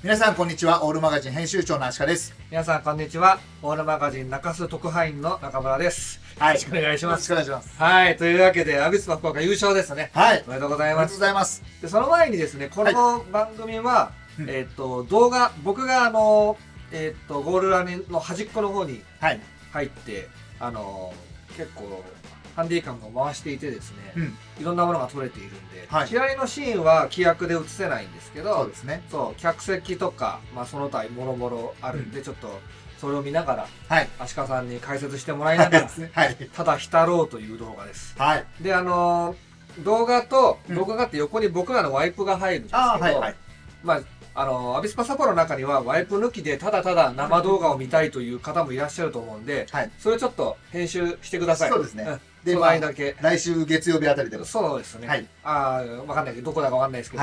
皆さんこんにちは。オールマガジン編集長の足利です。 皆さんこんにちは。オールマガジン中洲特派員の中村です。 はい、 よろしくお願いします。 よろしくお願いします。 はい、というわけでアビスパ福岡優勝ですね。 はい、 おめでとうございます。 ありがとうございます。 でその前にですね、この番組は、動画、僕がゴールランの端っこの方に入って、結構ハンディカムを回していてですね、いろんなものが撮れているんで、試合のシーンは規約で映せないんですけど、 そうですね。 そう、客席とか、その他もろもろあるんで、ちょっとそれを見ながら、足利さんに解説してもらいながら、ただ浸ろうという動画です。はい。で、動画があって横に僕らのワイプが入るんですけど、アビスパサポの中にはワイプ抜きでただただ生動画を見たいという方もいらっしゃると思うんで、それちょっと編集してください。 そうですね。 で、その間だけ。 来週月曜日あたりでも。 そうですね。わかんないけど、どこだかわかんないですけど、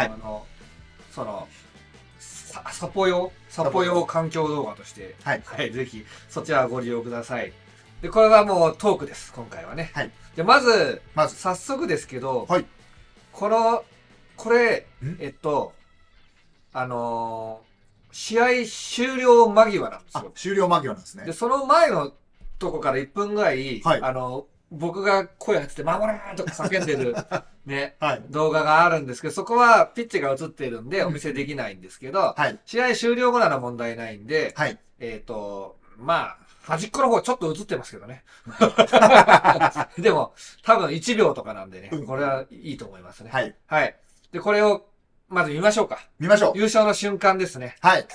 サポ用環境動画として、ぜひそちらをご利用ください。で、これはもうトークです、今回はね。で、まず、早速ですけど、これ、試合終了間際なんですよ。 終了間際なんですね。 で、その前のとこから1分ぐらい、僕が声張って守れーとか叫んでるね、動画があるんですけど、そこはピッチが映っているんでお見せできないんですけど、試合終了後なら問題ないんで、端っこの方ちょっと映ってますけどね。でも、多分1秒とかなんでね、これはいいと思いますね。はい。で、これを、まず見ましょうか。 見ましょう。 優勝の瞬間ですね。 はい。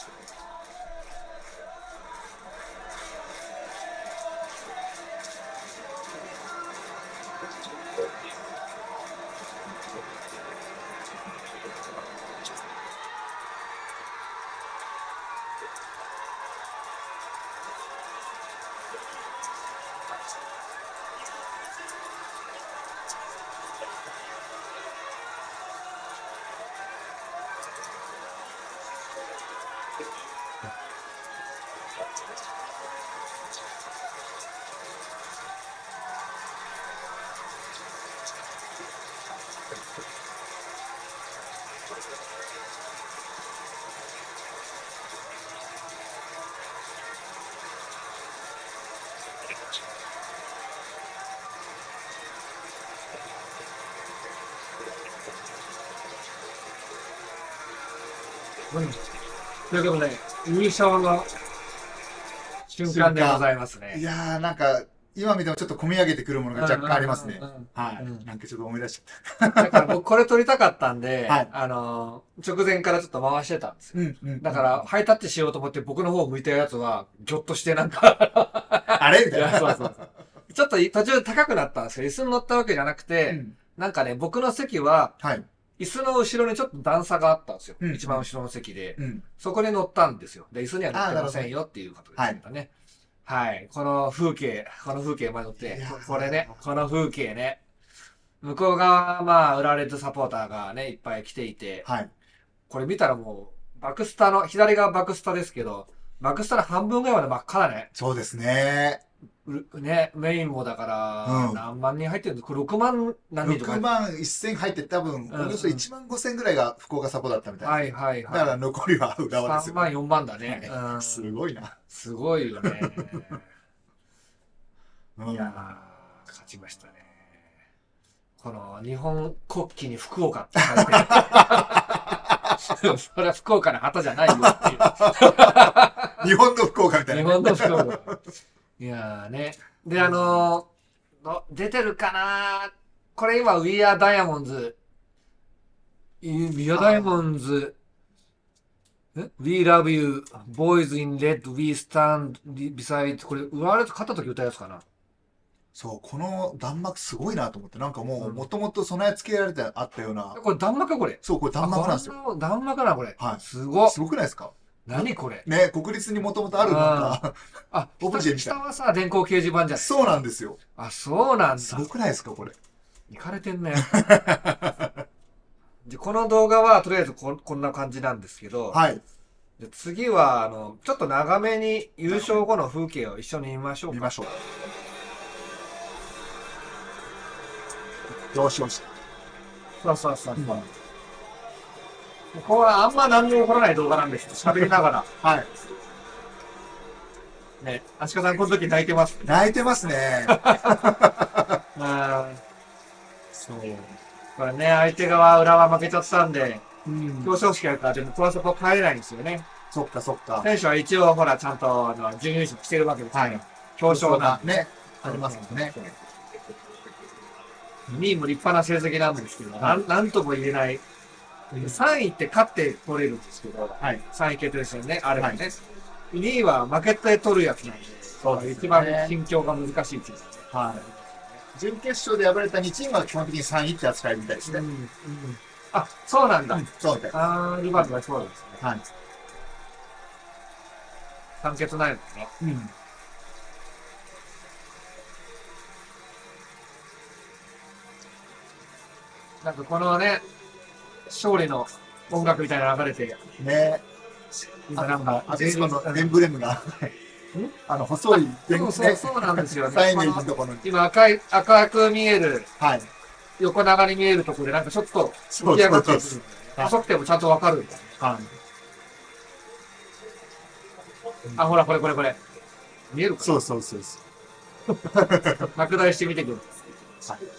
ということで、優勝の瞬間でございますね。 いやー、なんか、今見てもちょっと込み上げてくるものが若干ありますね。はい。なんかちょっと思い出しちゃった。 だから僕これ撮りたかったんで、直前からちょっと回してたんですよ。だから、ハイタッチしようと思って僕の方を向いたやつは、ぎょっとしてなんかあれみたいな。 そうそうそう。ちょっと途中高くなったんですよ。椅子に乗ったわけじゃなくて、なんかね、僕の席は、椅子の後ろにちょっと段差があったんですよ。一番後ろの席で。そこに乗ったんですよ。で、椅子には乗ってませんよっていうことですけどね。はい。この風景まで乗って、これね、この風景ね。向こう側は浦和レッズサポーターがね、いっぱい来ていて、これ見たらもう、バクスタの、左側バクスタですけど、バクスタの半分ぐらいまで真っ赤だね。 そうですね。 ね、メインもだから、何万人入ってるんですか？ 6 万何人とか。 6万1000入って多分、およそ1万5000ぐらいが福岡サポだったみたいな。だから残りは浦和ですよ。 3万4万だね。 すごいな。 すごいよね。いやー、勝ちましたね。この日本国旗に福岡って書いてある。それは福岡の旗じゃないよっていう。 日本の福岡みたいな。 日本の福岡。いやーね。で、出てるかな、これ今、We Are Diamonds。We Are Diamonds。We Love You. Boys in Red. We Stand Beside. これ、浦和レッズ勝った時歌うやつかな。 そう、この弾幕すごいなと思って、なんかもう、もともと備え付けられてあったような。 これ弾幕これ。 そう、これ弾幕なんですよ。 弾幕な、これ。 はい。 すごい。 すごくないですか？ 何これね、国立にもともとあるなんか、 オブジェみたいな。下はさ、電光掲示板じゃん。 そうなんですよ。 あ、そうなんだ。 すごくないですか、これ。 いかれてんね。で、この動画は、とりあえずこんな感じなんですけど、で次は、ちょっと長めに優勝後の風景を一緒に見ましょうか。 見ましょう。よしよし。 そうそうそう。 ここはあんま何も起こらない動画なんです。喋りながら。 はい。 ね、アシカさんこの時泣いてます。 泣いてますね。 そう。これね、相手側、裏は負けちゃったんで、表彰式やるから、でもこれはそこ帰れないんですよね。 そっかそっか。 選手は一応、ほら、ちゃんと、準優勝してるわけですから。はい。表彰がね、ありますもんね。 2位も立派な成績なんですけど、なんとも言えない。3位って勝って取れるんですけど、はい、3位決定ですよね、あれはね。2位は負けて取るやつなんで、そう一番心境が難しいっていうね。はい。 準決勝で敗れた2チームは基本的に3位って扱いみたいですね。 あ、そうなんだ。 そうみたいです。 あー、ルヴァンがそうなんですね。はい。酸欠ないのね。なんかこのね、勝利の音楽みたいなの流れて。 ね。今なんか、アジスコのエンブレムが、細いそうなんですよね。 サイネージのところに。 今赤く見える。はい。横長に見えるところでなんかちょっと浮き上がってる。細くてもちゃんとわかるんだ。はい。あ、ほら、これ。見えるかそう。 拡大してみてください。はい。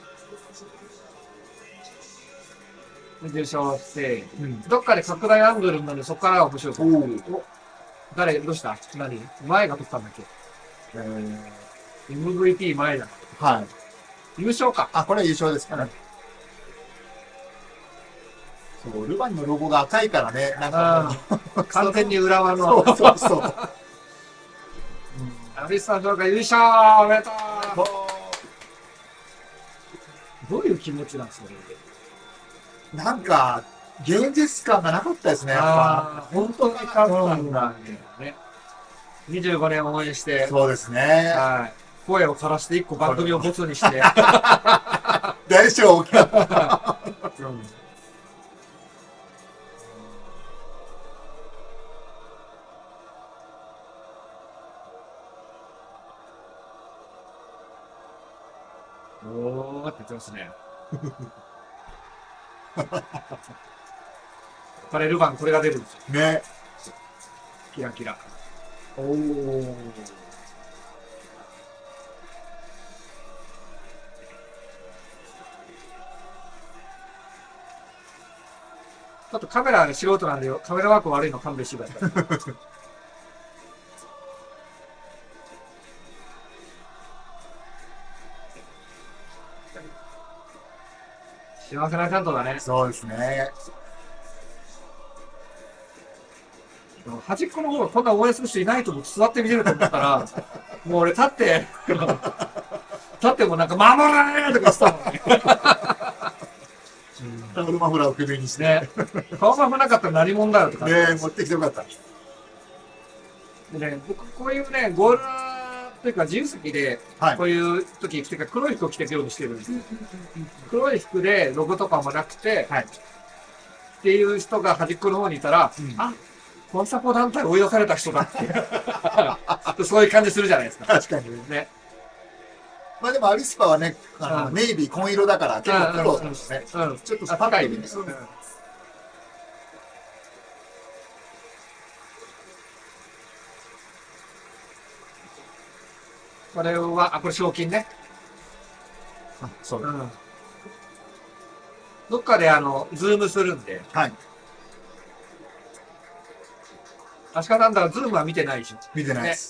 受賞して、どっかで拡大アングルになるんで、そこからが面白い。誰、どうした何前が取ったんだっけMVP 前だ。はい。優勝か。 あ、これは優勝ですかね。そう、ルヴァンのロゴが赤いからね、なんか完全に浦和の。 そう。 アビスさんが優勝おめでとうどういう気持ちなんですかねなんか、現実感がなかったですね、やっぱ。 本当に勝ったんだ、ね。25年応援して。 そうですね。 はい。声を枯らして1個番組をボツにして。 大将大きかった。 おーって言ってますね。これルヴァンこれが出るんですよ。 ね。 キラキラ。 おー。 ちょっとカメラ素人なんでカメラワーク悪いの勘弁してください。幸せな関東だね。 そうですね。 端っこの方がこんな応援する人いないと思って座って見れると思ったら、もう俺立ってもなんか守れーとか言ってたもんね。 タオルマフラーを首にして。 ね。顔マフなかったら何者だよとか。 ね持ってきてよかった。 でね、僕こういうね、ゴールというか自由席で、こういう時、っていうか黒い服を着てるようにしてるんですよ。黒い服でロゴとかもなくて、っていう人が端っこの方にいたら、あ、コンサポ団体追い出された人だって。そういう感じするじゃないですか。 確かにね。まあでもアビスパはね、ネイビー紺色だから結構黒なんですね。ちょっと高いね。 これは、これ賞金ね。 そう。 どっかでズームするんで。はい。アシカなんだらズームは見てないでしょ。 見てないです。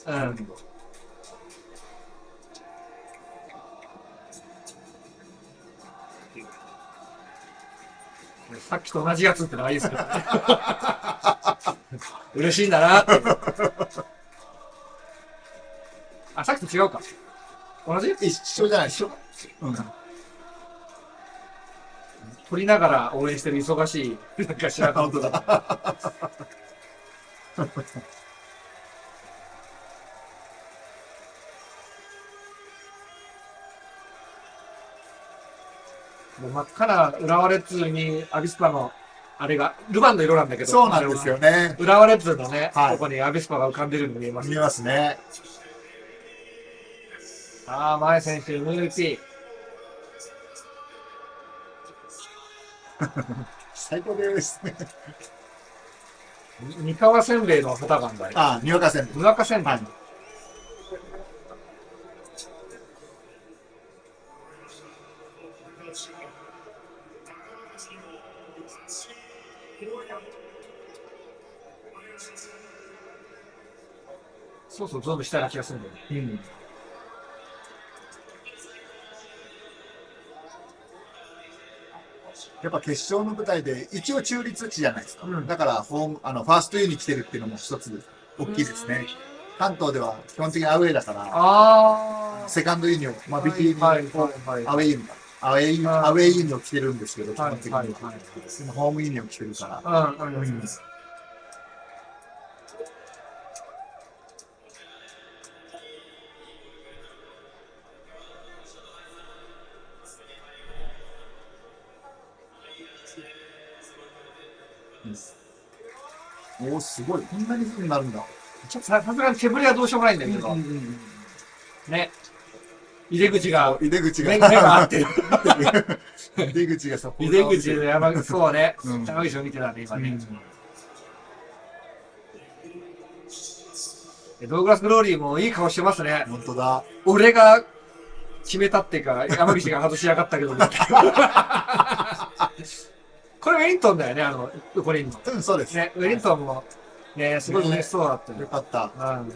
さっきと同じやつってのがいいですけどね。嬉しいんだなって。あ、さっきと違うか。同じ一緒じゃないでしょ。 撮りながら応援してる忙しい、なんか知らんことだ。もう真っ赤な浦和レッズにアビスパのあれがルヴァンの色なんだけど、 そうなんですよね。 浦和レッズのね、ここにアビスパが浮かんでるように見えます。 見えますね。 ああ、前選手 MVP。 最高です。 三河せんべいの旗があるんだね。 ああ、にわかせんべい。 にわかせんべい。はい、そうそう、ゾンビしたような気がするんだよね。うん。 やっぱ決勝の舞台で一応中立地じゃないですか。うん、だからファーストユニ来てるっていうのも一つ大きいですね。関東では基本的にアウェーだから、セカンドユニを、まあ、ビキニをアウェーユニか。アウェーユニを着てるんですけど、基本的には。ホームユニを着てるから。おお、すごい。こんなに風になるんだ。 ちょっとさすがに手ぶれはどうしようもないんだけど。ね。入り口が。 入り口が。 目が合ってる。 入り口がサポート。入り口でそうね。山口を見てたね、今ね。ドーグラス・グローリーもいい顔してますね。 本当だ。 俺が決めたっていうか、山口が外しやがったけど。これウェリントンだよね、ウコリンの。 うん、そうです。 ね、ウェリントンも、ね、すごい嬉しそうだったよかった。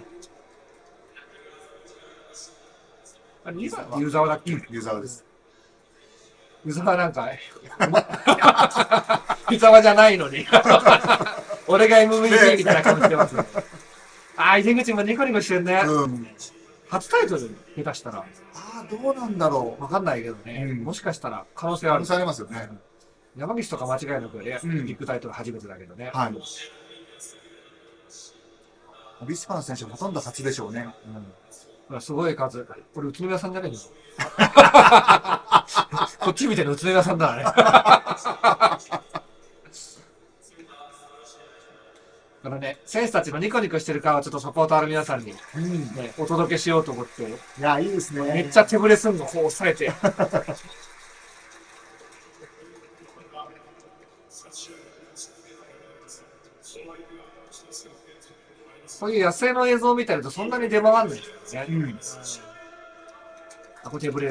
あれ、ユーザーだっけ？ユーザーです。 ユーザーなんか、ユーザーじゃないのに。俺が MVP みたいな顔してますね。あ、入り口もニコニコしてるね。初タイトル下手したら。 どうなんだろう。 わかんないけどね。もしかしたら可能性ある。 可能性ありますよね。 山口とか間違いなくね、ビッグタイトル初めてだけどね。はい。 ビスパの選手ほとんど初でしょうね。 すごい数。これ宇都宮さんじゃないのこっち見てる宇都宮さんだね。だからね、選手たちのニコニコしてる顔をちょっとサポーターの皆さんに、お届けしようと思って。いや、いいですね。 めっちゃ手ぶれすんの、こう押さえて。そういう野生の映像を見てるとそんなに出回らないですよね。これテーブルです。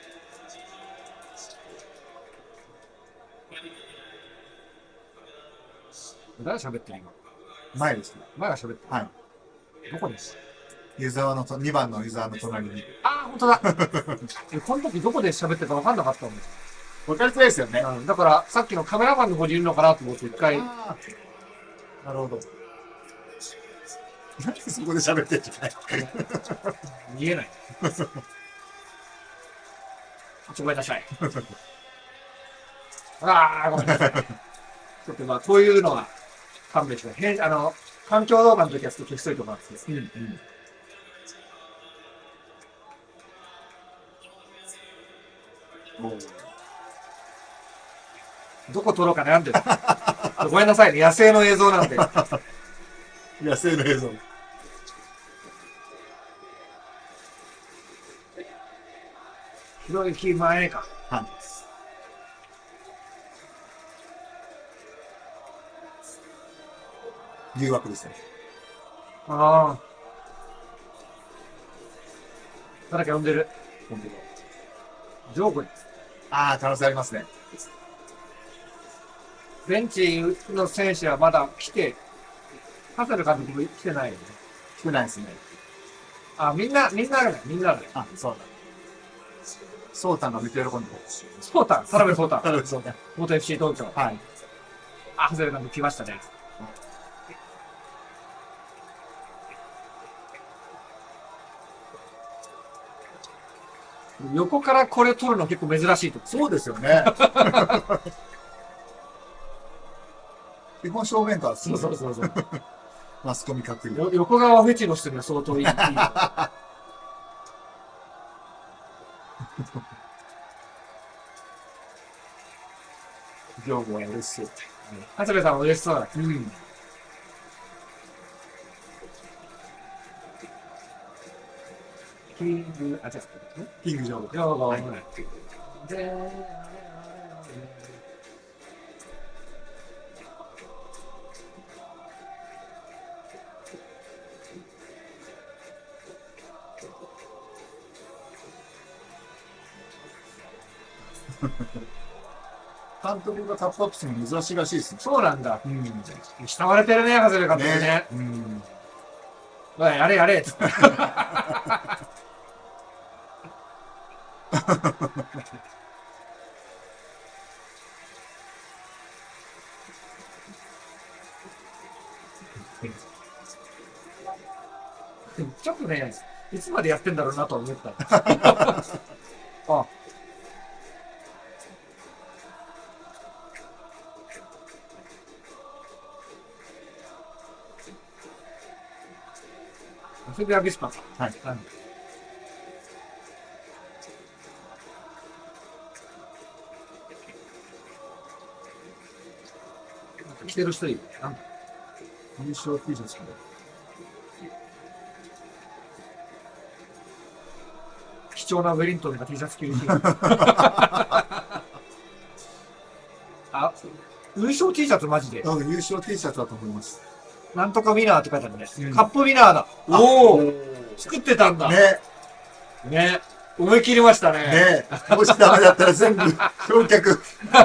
誰喋ってる今？ 前ですね。 前が喋ってる。 はい。 どこです？ 湯沢の2番の湯沢の隣に。 ああ、本当だ。この時どこで喋ってるか分かんなかったんです。 分かりづらいですよね。 だからさっきのカメラマンの方にいるのかなと思って一回。 なるほど。なんでそこで喋ってんじゃない見えない。ごめんなさい。ああ、ごめんなさい。ちょっとまあ、こういうのは勘弁して、環境動画の時はちょっと消しといてもらって。どこ撮ろうか悩んでる。ごめんなさいね、野生の映像なんで。 野生の映像。 ひろゆき前か。はい。 誘惑ですね。 ああ。誰か呼んでる。本当だ。ジョークです。 ああ、可能性ありますね。 ベンチの選手はまだ来て、ハセル監督も来てないよね。 来てないですね。 あ、みんなあるね。 あ、そうだ。ソータンが見て喜んでる。 ソータン、田辺ソータン。 田辺ソータン。 元 FC 東京。 はい。 あ、ハセル監督来ましたね。横からこれ撮るの結構珍しいと。 そうですよね。基本正面から。 そう。 マスコミ隠れ。 横側フェチの人には相当いい。 業務は嬉しそう。 長谷部さんは嬉しそうだ。キング、あ、違う。 キングジョー。 ジョーが多い。 監督がタップアップするの珍しいらしいですね。 そうなんだ。慕われてるね、長谷部監督ね。おい、やれやれっつって。ちょっとね、いつまでやってんだろうなと思った。あ。それでアビスパ。はい。着てる人いる。 優勝 T シャツか貴重なウェリントンが T シャツ着る日あ、優勝 T シャツマジで。 優勝 T シャツだと思います。 なんとかウィナーって書いてあるね。カップウィナーだ。おお作ってたんだ。ね。ね。思い切りましたね。 ね。もしダメだったら全部焼却。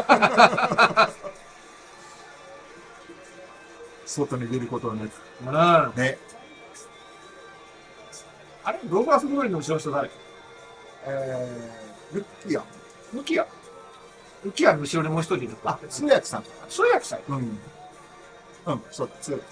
外に出ることはない。ね。 あれローバースグローリーの後ろの人誰？ ルッキア。 ルキア。ルキアの後ろにもう一人いる。 あ、通訳さん。 通訳さん。 そうだ、通訳。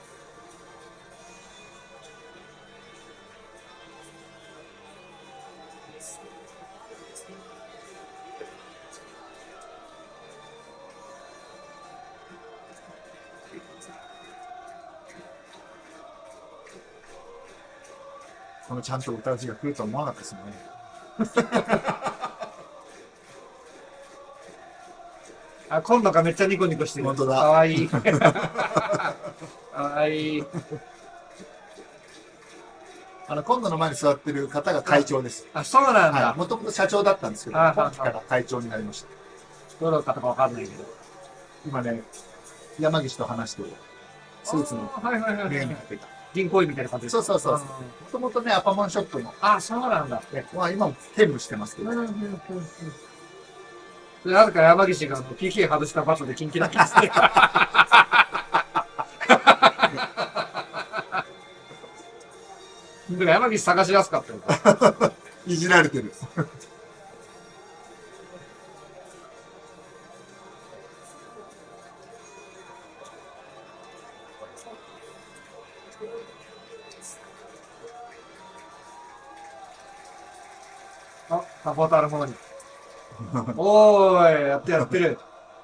このちゃんと歌う日が来るとは思わなかったですね。 あ、今度がめっちゃニコニコしてる。 本当だ。 かわいい。かわいい。 今度の前に座ってる方が会長です。 あ、そうなんだ。 もともと社長だったんですけど、今期から会長になりました。 どの方かわかんないけど。 今ね、山岸と話して、スーツのメインになってた。 銀行員みたいな感じですそう。もともとね、アパモンショップの。 あ、そうなんだ。 まあ今も兼務してますけど。 なぜか山岸がPK 外した場所でキンキラキンですね。山岸探しやすかったよ。 いじられてる。 あ、サポーターのものに。おーい、やってる。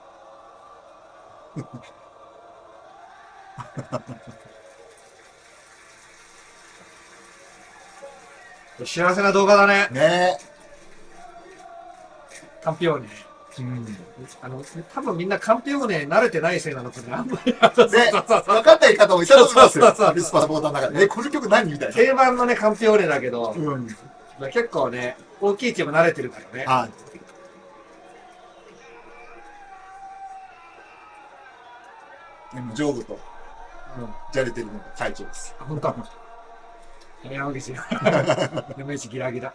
幸せな動画だね。 ねカンピオーネ。多分みんなカンピオーネ慣れてないせいなのかね。あんまり。 分かんない方もいたと思いますよ。アビスパサポーターの中で。この曲何みたいな。 定番のね、カンピオーネだけど、結構ね、大きいチーム慣れてるからね。はい。 上部と、じゃれてるのが会長です。 あ、本当。山岸。山岸ギラギラ。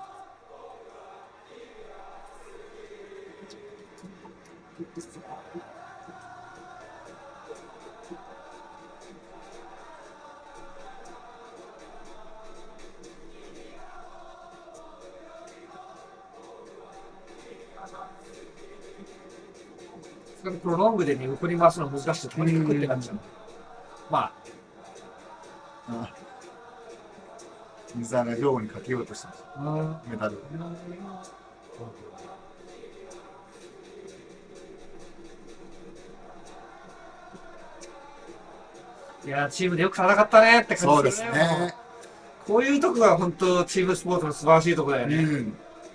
このロングでね、横に回すの難しくて、とにかくってなっちゃう。まあ。水原が両にかけようとしてます。メダル。 いや、チームでよく戦ったねって感じですね。そうですね。 こういうとこが本当、チームスポーツの素晴らしいところだよね。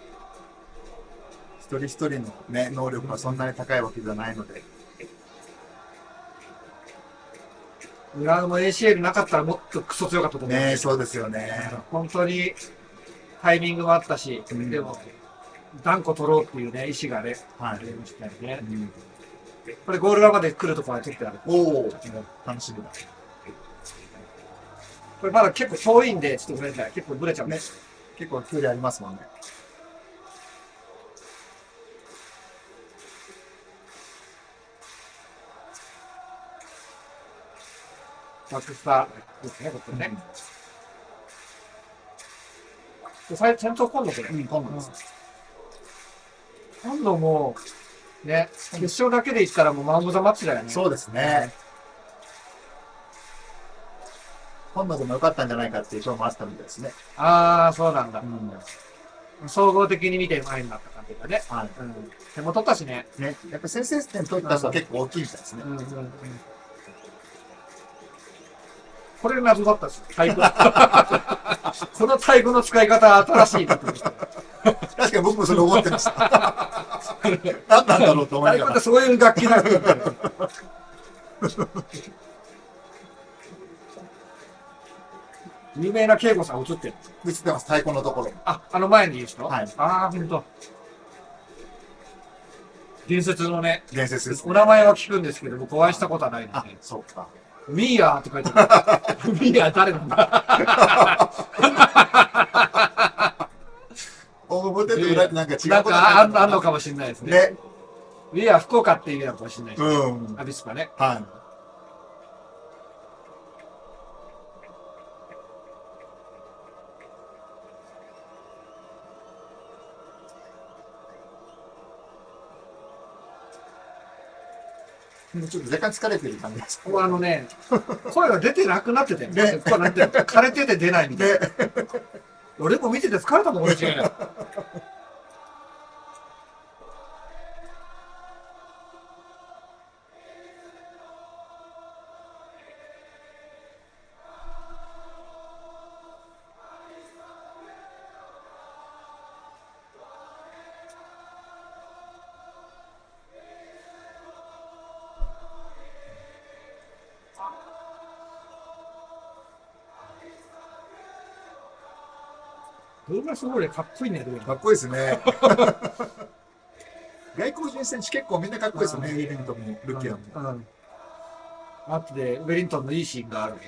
一人一人のね、能力がそんなに高いわけじゃないので。 浦和も ACL なかったらもっとクソ強かったと思う。 ね、そうですよね。 本当にタイミングもあったし、でも、断固取ろうっていうね、意思がね、ありましたよね。これゴール裏まで来るところは取ってある。 おお、楽しみだ。 これまだ結構遠いんで、ちょっとごめんなさい。結構ブレちゃうね。 結構距離ありますもんね。 バックスターですね、ここね。戦闘今度これ。 今度です。 今度も、ね、決勝だけで言ったらもうマン・オブ・ザ・マッチだよね。 そうですね。今度でも良かったんじゃないかっていう賞もあったみたいですね。 ああ、そうなんだ。総合的に見て前になった感じだね。 はい。 手も取ったしね。 ね。やっぱ先制点取った人は結構大きいみたいですね。 これ謎だったし、太鼓。この太鼓の使い方新しいなと思って。 確かに僕もそれ思ってました。何なんだろうと思いながら。 太鼓ってそういう楽器なんだ。有名な恵子さん映ってる。 映ってます、太鼓のところ。 あ、前にいる人？ はい。 ああ、ほんと。伝説のね。 伝説です、 お名前は聞くんですけど、僕お会いしたことはないので。 あ、そうか。 ミーヤーって書いてある。ミーヤー誰なんだ表と裏ってなんか違うことなんかあんのかもしれないですね。 ね。 ミーヤー福岡っていう意味なのかもしれないですね。アビスパね。 はい。ちょっと若干疲れてる感じです。 声が出てなくなってて、ね、枯れてて出ないみたいな。俺も見てて疲れたもん、俺違いない。動画すごいかっこいいね、 かっこいいですね。外国人選手結構みんなかっこいいですよね、ウェリントンも、ルキアも。 あとで、ウェリントンのいいシーンがある。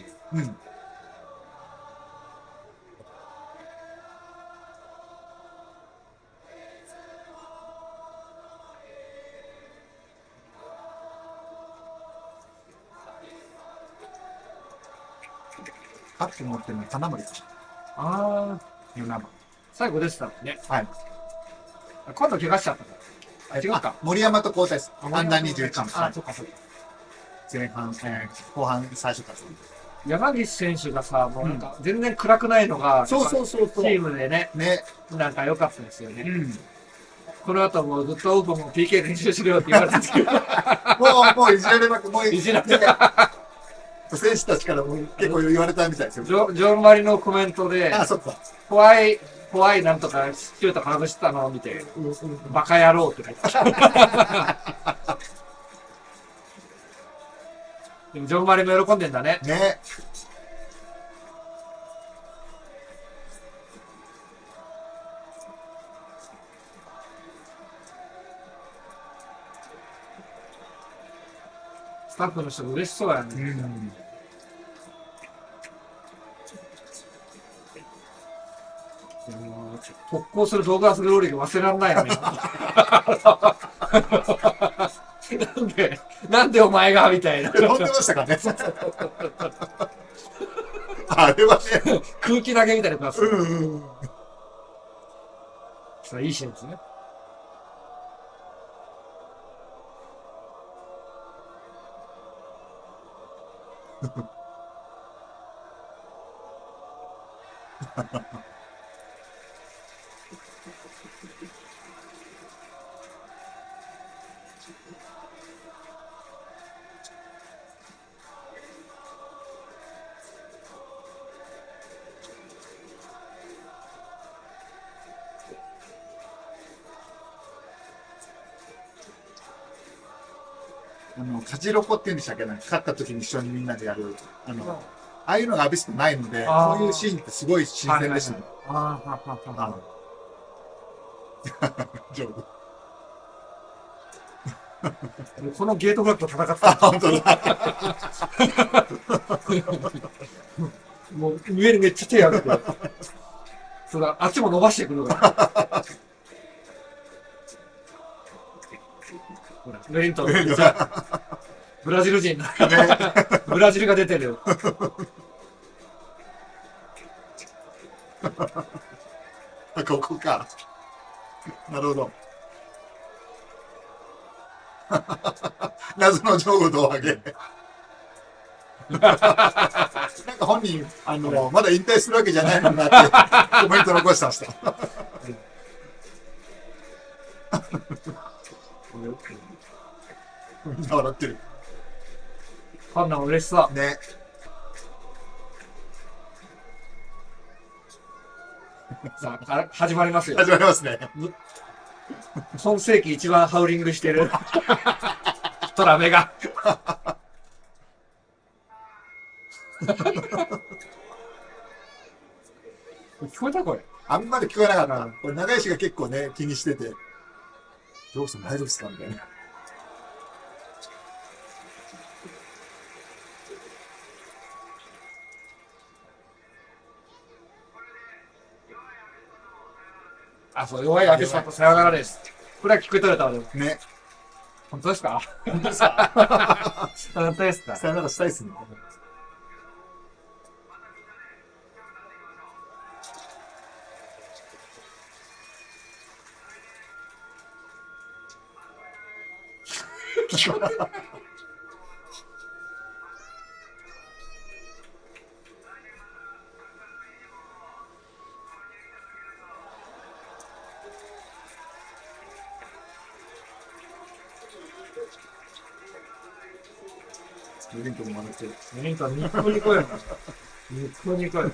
カップ持ってるの金森さん。 ああ。 いう名前。 最後出てたもんね。 はい。 今度怪我しちゃったから。違うか。 森山と交代です。アンダー21の。 あ、そっかそっか。 前半、後半最初から。 山岸選手がさ、もうなんか全然暗くないのが、 そう。チームでね、なんか良かったですよね。この後もずっとオープンも PK 練習しろよって言われたんですけど。 もういじられなく、もういじられ選手たちからも結構言われたみたいですよ。 ジョンマリのコメントで、 あ、そっか。 怖いなんとかシュート外したのを見て、バカ野郎って書いてある。でもジョンマリも喜んでんだね。 ね。 スタッフの人も嬉しそうやね。特攻する動画するローリーが忘れられないよね。なんでお前がみたいな。 飛んでましたかね。あれはね。 空気投げみたいな感じ。それいいシーンですね。 カジロコって言うんでしたっけね。勝った時に一緒にみんなでやる。ああいうのがアビスパないので、そういうシーンってすごい新鮮でしたね。上手。 このゲートブラックと戦ってた。 本当だ。 もう上にめっちゃ手上げて。そうだ、あっちも伸ばしてくるから。ほら、レイントン、ブラジル人だ。 ブラジルが出てる。 ここか。なるほど。謎の情報胴上げ。なんか本人、まだ引退するわけじゃないのになってコメント残してました。みんな笑ってる。 こんなん嬉しそう。 ね。 さあ、始まりますよ。 始まりますね。 今世紀一番ハウリングしてるトラメが。聞こえたこれ。 あんまり聞こえなかった。これ長石が結構ね、気にしてて。ジョーさん大丈夫ですかみたいな。 あ、そう、弱いアーティストとさよならです。これは聞こえとれたわ、でも。 ね。 本当ですか？ 本当ですか？ 本当ですか？ さよならしたいっすね。ユニントも笑ってる。 ユニントはニコニコやな。ニコニコや。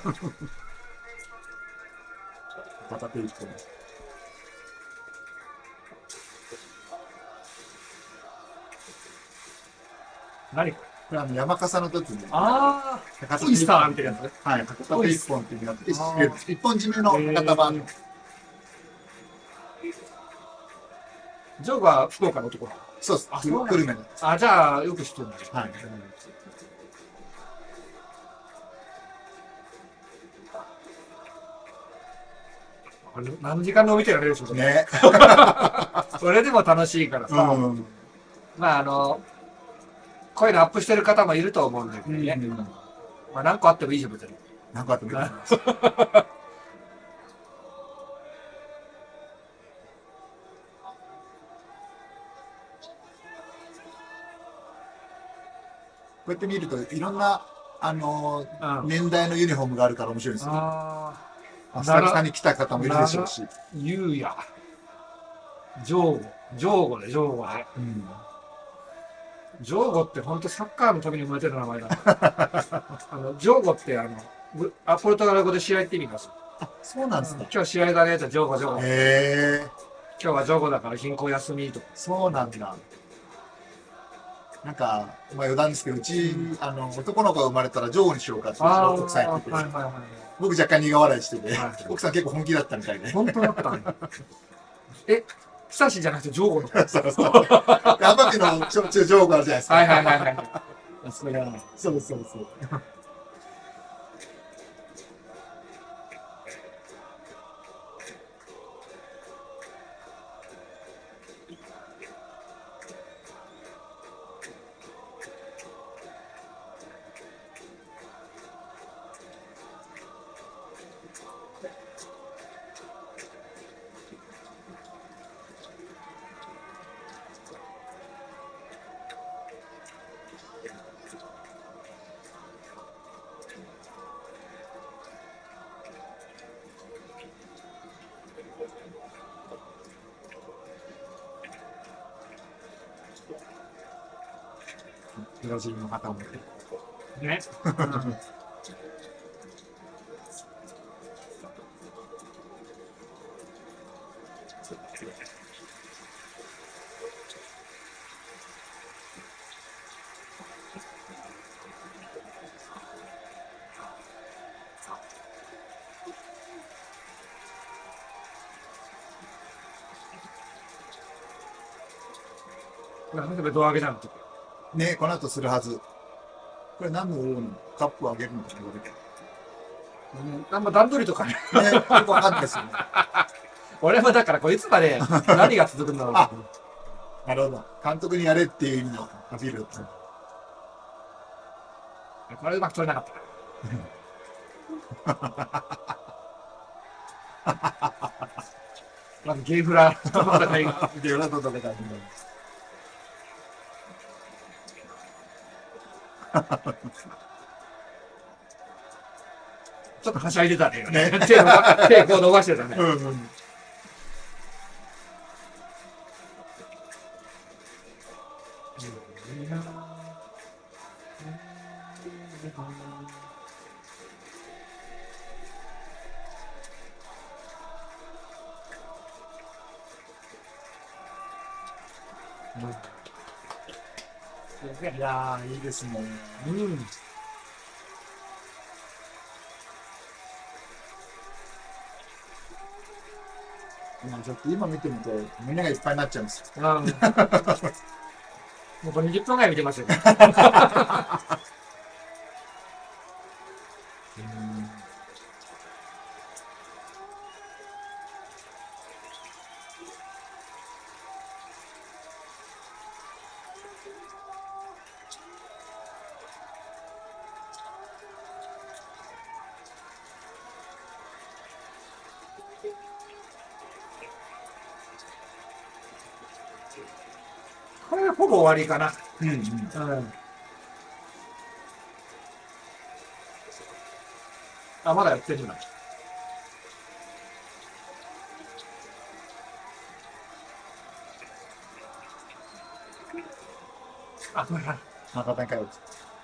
バタペイト。 何これ山笠の時に。 ああ、博多イスターみたいなやつね。 はい、博多一本っていうやつ。一本締めの博多版。 ジョーは福岡の男。 そうです。久留米の。 あ、じゃあ、よく知ってるんだ。はい。何時間でも見てられるでしょ、 ね。 それでも楽しいからさ。まあ、こういうのアップしてる方もいると思うんだけどね。まあ、何個あってもいいじゃん、別に。 何個あってもいい。こうやって見るといろんな、年代のユニフォームがあるから面白いですよ。久々に来た方もいるでしょうし。 ゆうや。ジョーゴで。ジョーゴって本当サッカーのために生まれてる名前だ。ジョーゴってポルトガル語で試合って意味なんですよ。 あ、そうなんですね。 今日試合だねってジョーゴ。 へえ。 今日はジョーゴだから貧困休みとか。 そうなんだ。なんか、まあ余談ですけど、うち、男の子が生まれたらジョーにしようかって奥さん言ってて、僕若干苦笑いしてて、奥さん結構本気だったみたいで。 本当だったんだ。久しじゃなくてジョーゴの。 そうそう。奄美のしょっちゅうジョーゴあるじゃないですか。 はい。 そう。ブラジルの方もね。なんで胴上げじゃんって。 ね、この後するはず。これ何の王のカップをあげるのか言われて。 あんま段取りとかね。 ね、よくわかんないですよね。 俺もだからこいつまで何が続くんだろう。 あ、なるほど。監督にやれっていう意味のアピールだった。 これうまく取れなかった。まずゲーフラと戦いが。 ゲーフラと戦いが。 ちょっとはしゃいでたね。手こう伸ばしてたね。 いやー、いいですね。ちょっと今見てみて、胸がいっぱいになっちゃうんです。 もうこれ20分ぐらい見てますよ。これほぼ終わりかな。あ、まだやってるな。あ、これだ。 また展開を。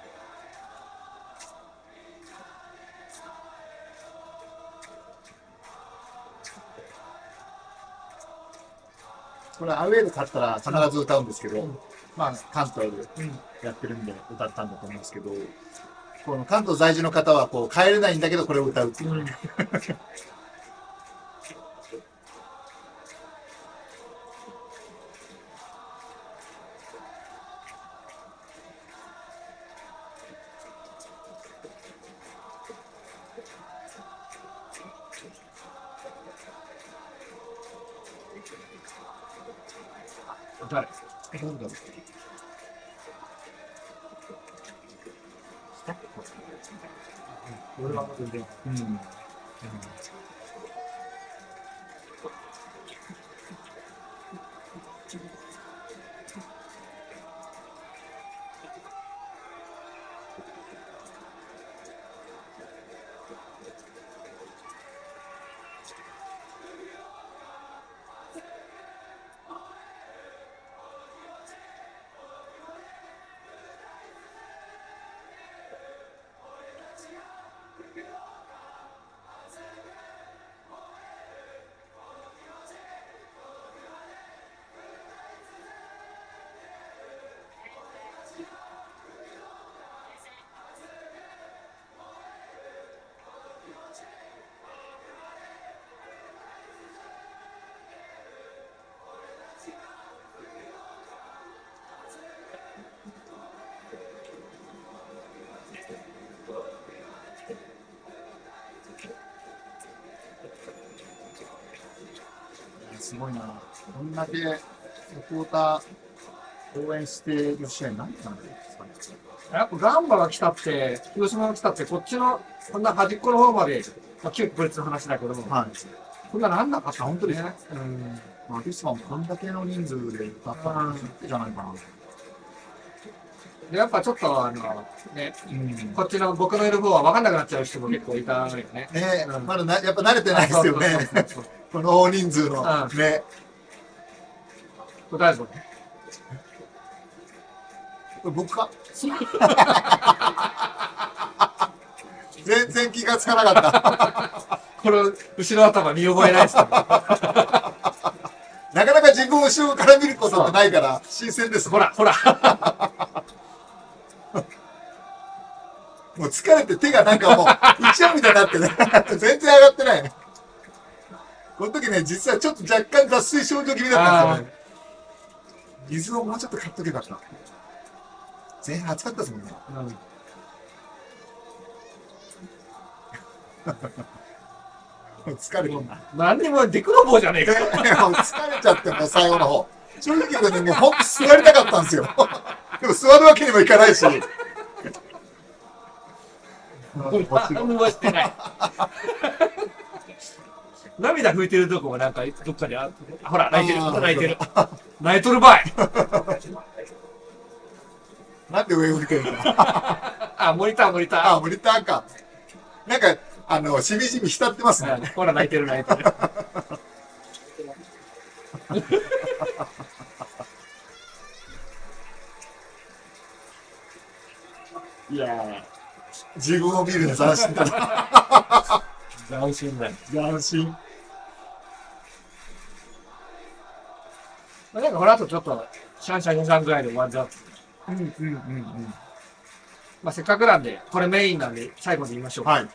これアウェーで勝ったら必ず歌うんですけど、まあ関東でやってるんで歌ったんだと思うんですけど、この関東在住の方はこう帰れないんだけどこれを歌うっていう。 誰？ なんだろう。 俺は全然。 すごいな。こんだけサポーター応援してる試合何なんですかね。 やっぱガンバが来たって、広島が来たって、こっちの、こんな端っこの方まで、旧国立の話だけども、こんななんなかった、 本当ですね。アビスパもこんだけの人数で歌ったのじゃないかな。 で、やっぱちょっとこっちの僕のいる方は分かんなくなっちゃう人も結構いたよね。 まだやっぱ慣れてないですよね。この大人数のね。 これ誰ですか？ これ僕か？全然気がつかなかった。 これ後ろ頭見覚えないですか？ なかなか自分を後ろから見ることってないから新鮮です。 ほらほら。 もう疲れて手がなんかもういっちゃうみたいになってね。全然上がってないね。この時ね、実はちょっと若干脱水症状気味だったんですよね。水をもうちょっと買っとけばよかった。前半暑かったですもんね。もう疲れてるな。 何にもデクノボーじゃねえか。 もう疲れちゃって、もう最後の方。正直言うとね、もうほんと座りたかったんですよ。でも座るわけにもいかないし。 何もしてない。涙拭いてるとこもなんかどっかでほら泣いてる泣いてる泣いとるばい。 なんで上向いてるの？ あ、モニターモニター。 あ、モニターか。なんかしみじみ浸ってますね。 ほら泣いてる泣いてる。 いやー、自分を見るの斬新だな。 斬新だよ。 斬新。 なんかこの後ちょっとシャンシャン2、3ぐらいで終わっちゃう。まあせっかくなんで、これメインなんで最後に言いましょう。 はい。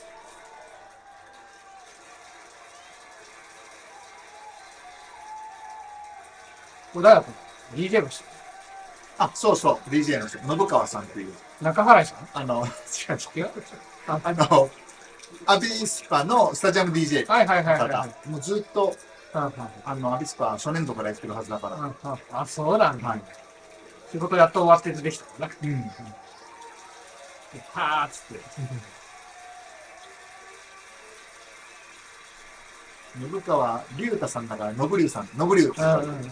これ誰だったの ?DJ の人。 あ、そうそう、DJ の人、信川さんっていう。 中原さん違う。 違うアビスパのスタジアム DJ はいはいはいのは方。もうずっと、 い。 アビスパ初年度からやってるはずだから。 あ、そうなんだ。 はい。 仕事やっと終わって出てきたんだな。 うん。 はーっつって。 信川龍太さんだから、信龍さん。信龍って言われてる。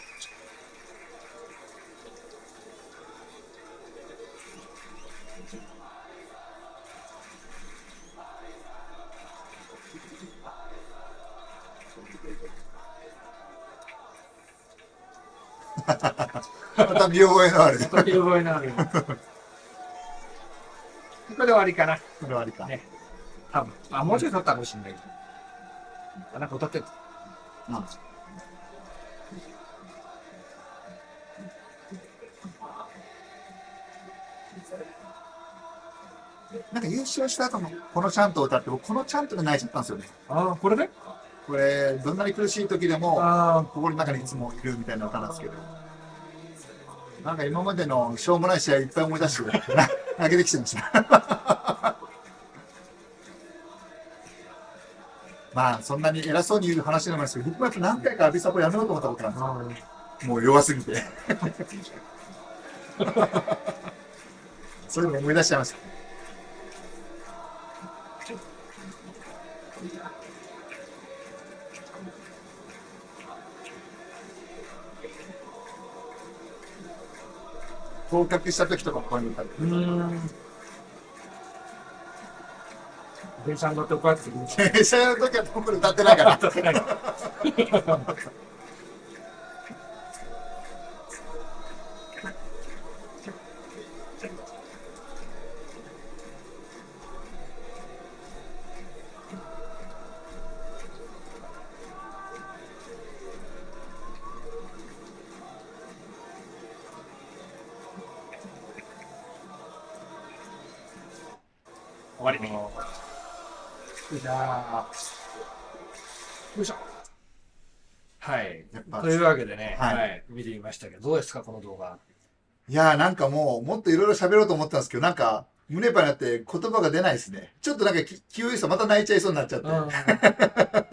また見覚えのある。 また見覚えのある。これで終わりかな。 これ終わりか。 ね。多分。あ、もうちょい撮ったかもしれないけど。あ、なんか歌ってる。 うん。なんか優勝した後のこのチャントを歌って、僕このチャントで泣いちゃったんですよね。 ああ、これでこれ、どんなに苦しい時でも、心の中にいつもいるみたいな歌なんですけど。なんか今までのしょうもない試合いっぱい思い出して、泣けてきちゃいました。まあ、そんなに偉そうに言う話なんですけど、僕もやっぱ何回かアビサポやめようと思ったことなんですよ。もう弱すぎて。そういうの思い出しちゃいました。合格した時とかもこういうの歌って。 電車に乗ってこうやって電車の時は僕歌ってないから。 歌ってないから。終わり。じゃあ、よいしょ。はい。というわけでね、はい、見てみましたけど、どうですか、この動画。 いやー、なんかもう、もっといろいろ喋ろうと思ったんですけど、なんか、胸いっぱいになって言葉が出ないですね。ちょっとなんか気をいいさ、また泣いちゃいそうになっちゃって。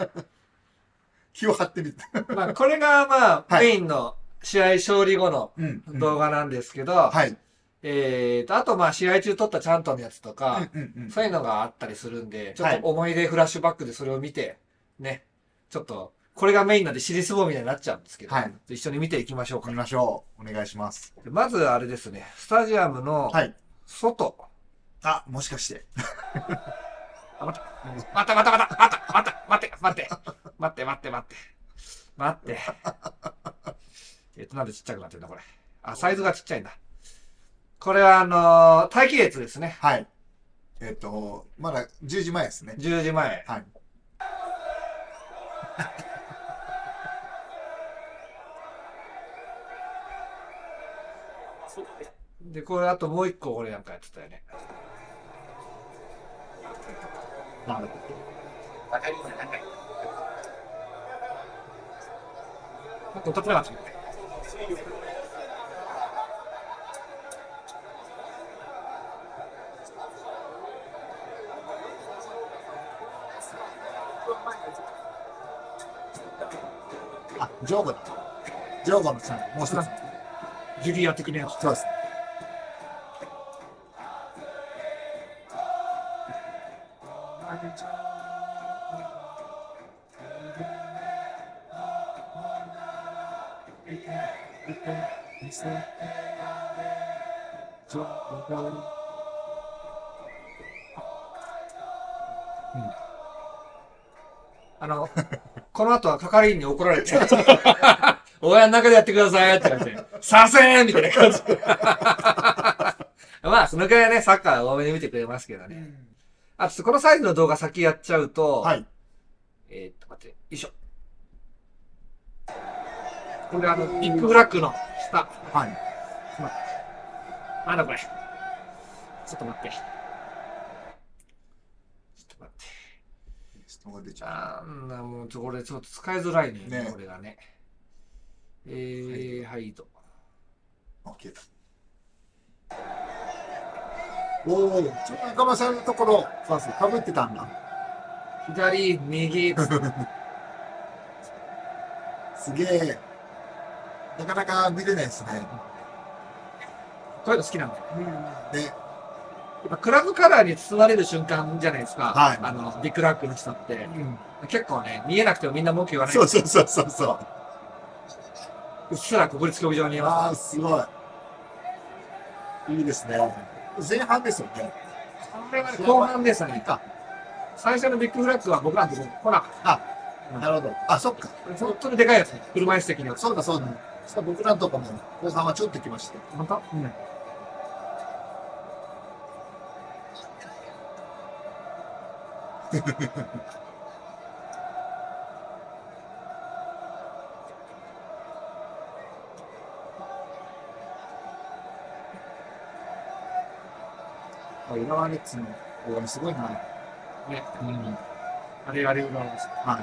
気を張ってみて。 まあ、これがまあ、メインの試合勝利後の動画なんですけど、はい。あとまあ試合中撮ったちゃんとのやつとか、そういうのがあったりするんで、ちょっと思い出フラッシュバックでそれを見て、ね、ちょっと、これがメインなんで尻すぼみたいになっちゃうんですけど、はい、一緒に見ていきましょうか。 見ましょう。お願いします。 まずあれですね、スタジアムの外。 あ、もしかして。 待って。なんでちっちゃくなってるんだ、これ。あ、サイズがちっちゃいんだ。これは待機列ですね。 はい。まだ10時前ですね。 10時前。 はい。 で、これあともう一個俺なんかやってたよね。なんだっけ。わかります。なんか。歌ってなかった。 あ、ジョーゴだ。ジョーゴのちゃん、もう一つ。 ジュリア的なやつ。 そうです。 この後は係員に怒られて、親の中でやってくださいって言われて、させーんみたいな感じ。まあ、そのくらいね、サッカー多めに見てくれますけどね。あ、ちょっとこのサイズの動画先やっちゃうと、はい。待って、よいしょ。これビッグフラッグの下。はい。なんだこれ。ちょっと待って。もう、これちょっと使いづらいね、これがね。はい、と。 あ、消えた。おお、ちょっと中間さんのところ、そうそう、かぶってたんだ。 左、右。 すげえ。なかなか見れないですね。 こういうの好きなんだよね。やっぱクラブカラーに包まれる瞬間じゃないですか。はい。ビッグラックの人って。結構ね、見えなくてもみんな文句言わない。 そうそうそうそうそう。 うっすら国立競技場に見えます。 ああ、すごい。いいですね。前半ですよね。 これは後半ですね。最初のビッグフラッグは僕らのところ来なかった。 あ、なるほど。あ、そっか。 本当にでかいやつね。車椅子的には。 そうだそうだ。僕らのところも後半はちょっと来ました。 本当？うん。 浦和レッズの応援すごいな。ね。 うん。あれ浦和です。はい。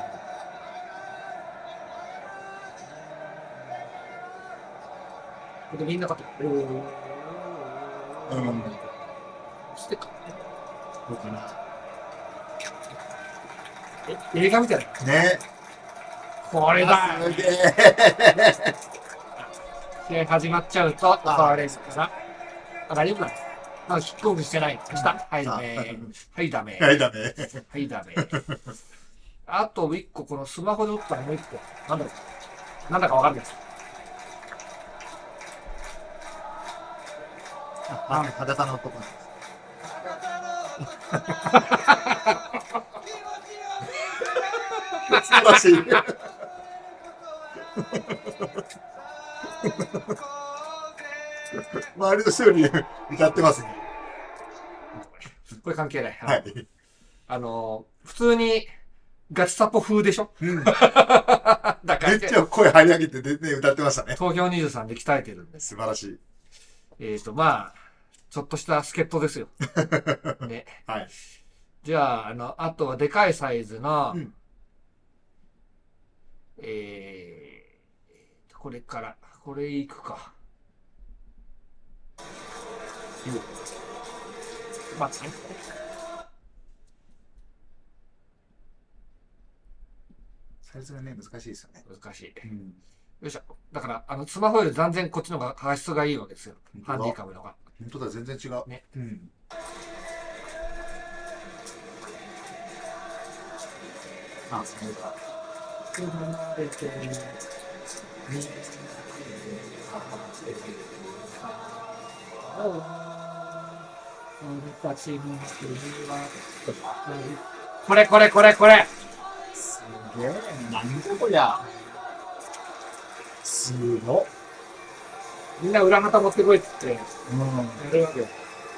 これみんなかと。うん。ステッカー。どうかな。映画みたいな。 ね。 これだ。 すげえ。試合始まっちゃうと、怒られるから。大丈夫なんです。まだキックオフしてない。した。はい、ダメ。はい、ダメ。 はい、ダメ。 はい、ダメ。あと一個、このスマホで撮ったらもう一個。なんだろう。なんだかわかるんです。 裸の男なんです。素晴らしい。周りの人に歌ってますね。 これ関係ない。 はい。 普通にガチサポ風でしょ？うん。だからめっちゃ声張り上げて全然歌ってましたね。 東京23で鍛えてるんで。 素晴らしい。まあ、ちょっとした助っ人ですよ。ね。はい。じゃあ、あとはでかいサイズの、うん、これから、これいくか。まあ、 サイズがね、難しいですよね。 難しい。うん、よいしょ。だから、スマホより断然こっちの方が画質がいいわけですよ。ハンディカムのが。 本当だ、全然違う。ね。うん。あ、そうか。 これこれこれこれ。 すげえ、なんだこりゃ。すごっ。 みんな裏方持ってこいっつって、やるわけよ。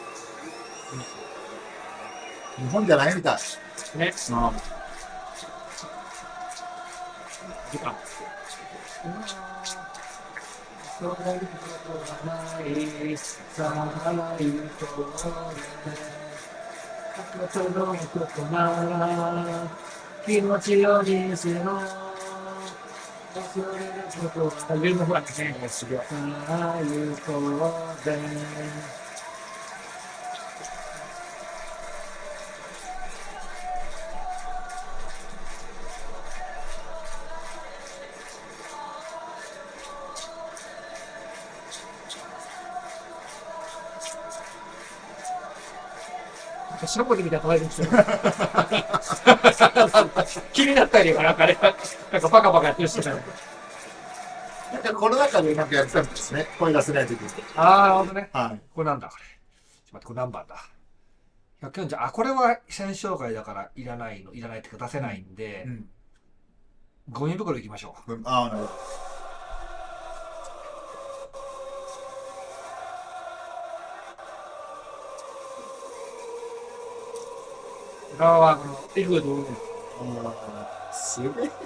日本じゃないみたい。 ね。時間。そういうことがないさあないと届くことなら気持ちよにせろ忘れることは上のほらねすごいああいうことで白森みたいなのが出てきて気になったりはなんかね、なんかバカバカやってる人じゃない。 なんかコロナ禍でうまくやってたんですね。声出せない時に。 ああ、なるほどね。 はい。 これなんだこれ。ちょっと待って、これ何番だ。140、あ、これは戦勝会だからいらないっていうか出せないんで、ゴミ袋行きましょう。 ああ、なるほど。 側は、F でどうすげえ。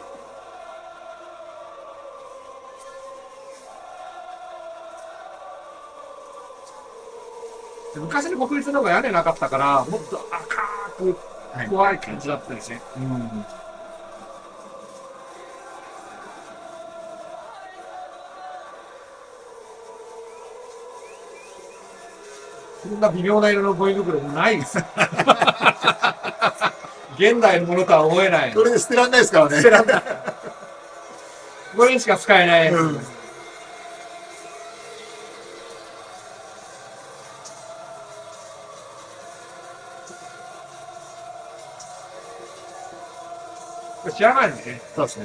昔の国立の方が屋根なかったから、もっと赤く怖い感じだったですね。そんな微妙な色のゴミ袋もないです。現代のものとは思えない。 これ捨てらんないですからね。 捨てらんない。これにしか使えない。知らないね。 そうですね。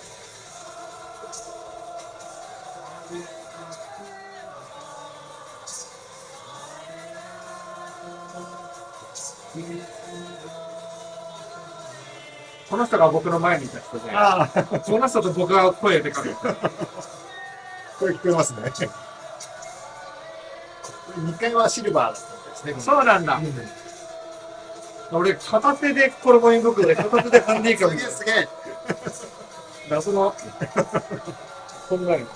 この人が僕の前にいた人で、その人と僕が声でかけて。 声聞こえますね。2階はシルバーだったんですね。 そうなんだ。俺、片手でこのゴミ袋で、片手でハンディカム。 すげえ。 謎の、こんなに。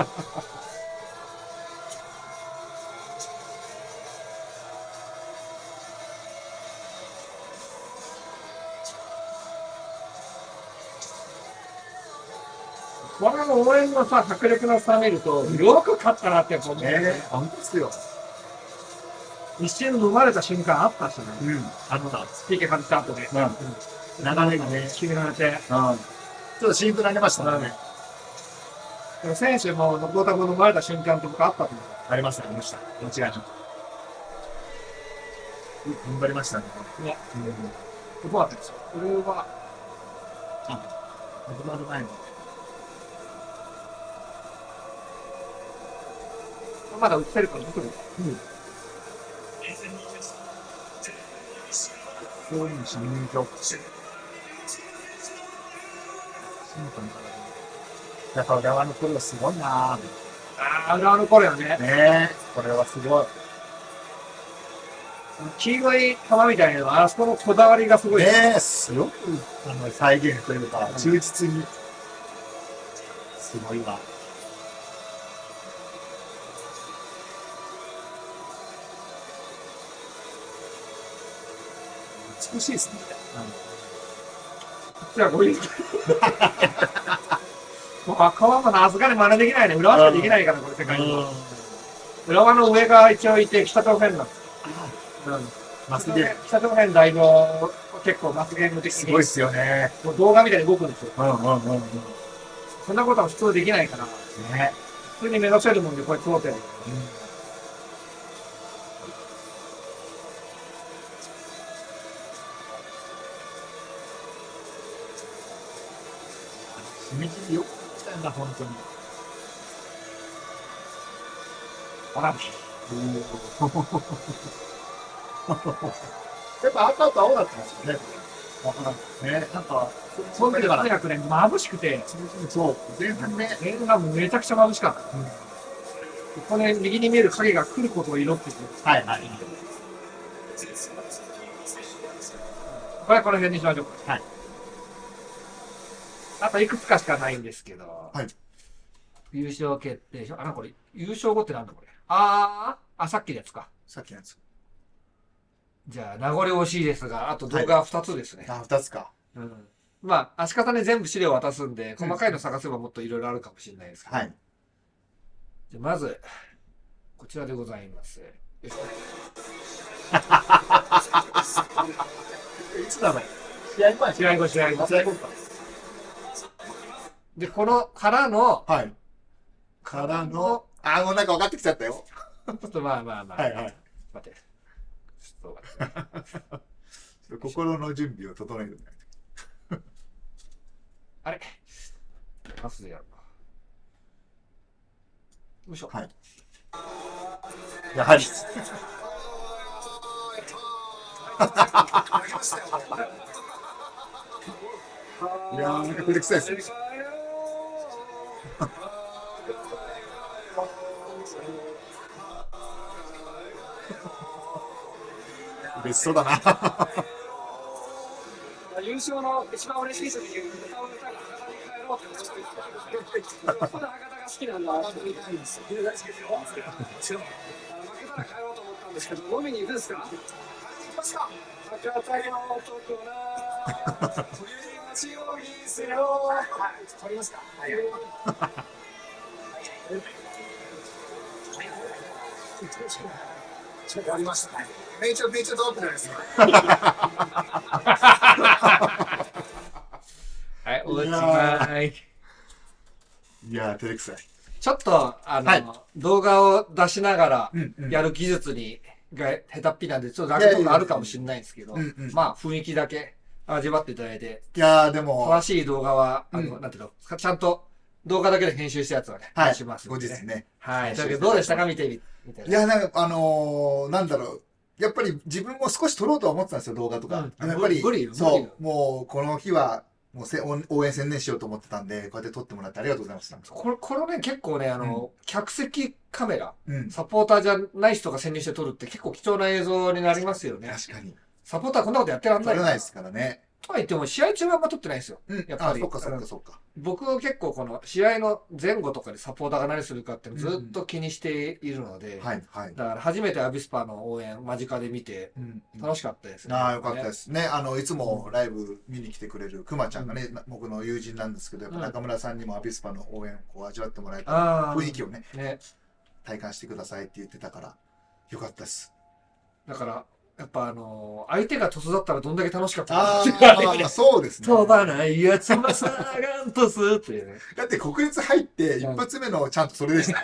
この応援のさ、迫力の差見ると、よく勝ったなって思うね。 本当ですよ。 一瞬飲まれた瞬間あったしね。 あった。 PK 外した後で。 流れがね。 決められて。 ちょっとシーンとなりましたね。 でも選手も、ノコタコ飲まれた瞬間とかあったと思う。 ありました、ありました。間違いなく。頑張りましたね。 ね。どこだったんですよ。これは、 始まる前の。 まだ映せるから、僕に。 そういう市民局。やっぱ浦和の頃はすごいなぁ。 浦和の頃よね。 ねえ、これはすごい。 黄色い玉みたいな、あそこのこだわりがすごい。 ねえ、すごく再現というか、忠実に。すごいわ。美しいですね。 じゃあ、こういう。赤輪もなぜかに真似できないね。浦和しかできないから、これ世界に。浦和の上が一応いて、北朝鮮なんです。北朝鮮代表、結構マスゲーム的に。 すごいっすよね。 もう動画みたいに動くんですよ。そんなことは普通できないから。 ね。 普通に目指せるもんで、これ通ってる。 しみじみよく来たんだ、本当に。やっぱ赤と青だったんですよね。なんか、 その時はとにかくね、眩しくて。 そう、前半ね。 前半もめちゃくちゃ眩しかった。ここね、右に見える影が来ることを祈ってくる。 はいはい。 これこの辺にしましょうか。 はい。 あといくつかしかないんですけど。 はい。 優勝決定書。これ、優勝後ってなんだこれ。さっきのやつか。 さっきのやつ。 じゃあ、名残惜しいですが、あと動画2つですね。 2つか。 まあ、足方に全部資料渡すんで、細かいの探せばもっといろいろあるかもしれないですけど。はい。じゃあ、まず、こちらでございます。いつだろう。試合前。 試合後。で、このからの、 もうなんか分かってきちゃったよ。 ちょっとまあ。 はいはい。 待って。 動画。 心の準備を整える。 あれパスでやるか。よいしょ。 はい。やはり。いやー、なんか照れくさいですね。嬉しそうだな。 優勝の一番嬉しい時に歌う歌が博多に帰ろうって思ってまだ博多が好きなんだ。大好きですよ。負けたら帰ろうと思ったんですけど、飲みに行くんですか？博多の男な、街を見せよ。取りますか？はい。ちょっとありました。めっちゃ遠くないですか？ はい、おしまい。 いやー、照れくさい。 ちょっと、動画を出しながらやる技術が下手っぴなんで、ちょっと楽なとこあるかもしれないんですけど、まあ、雰囲気だけ味わっていただいて、 いやー、でも、 正しい動画は、なんていうの、ちゃんと動画だけで編集したやつはね、出します後日ね。 はい。だけど、どうでしたか見てみたいな。 いや、なんか、なんだろう。やっぱり自分も少し撮ろうとは思ってたんですよ、動画とか。やっぱり、そう、もうこの日は、もう応援専念しようと思ってたんで、こうやって撮ってもらってありがとうございました。 これね、結構ね、客席カメラ、サポーターじゃない人が潜入して撮るって結構貴重な映像になりますよね。 確かに。 サポーターこんなことやってらんない。 撮れないですからね。 とは言っても、試合中はあんま撮ってないんですよ。やっぱり。 そっか。 僕結構この試合の前後とかでサポーターが何するかってずっと気にしているので、だから初めてアビスパの応援間近で見て楽しかったですね。 ああ、よかったですね。いつもライブ見に来てくれるくまちゃんがね、僕の友人なんですけど、やっぱ中村さんにもアビスパの応援を味わってもらえた雰囲気をね、体感してくださいって言ってたから、よかったです。 だから、やっぱ相手がトスだったらどんだけ楽しかったか。そうですね。 飛ばないやつはさがんトスっていうね。 だって国立入って一発目のちゃんとそれでした。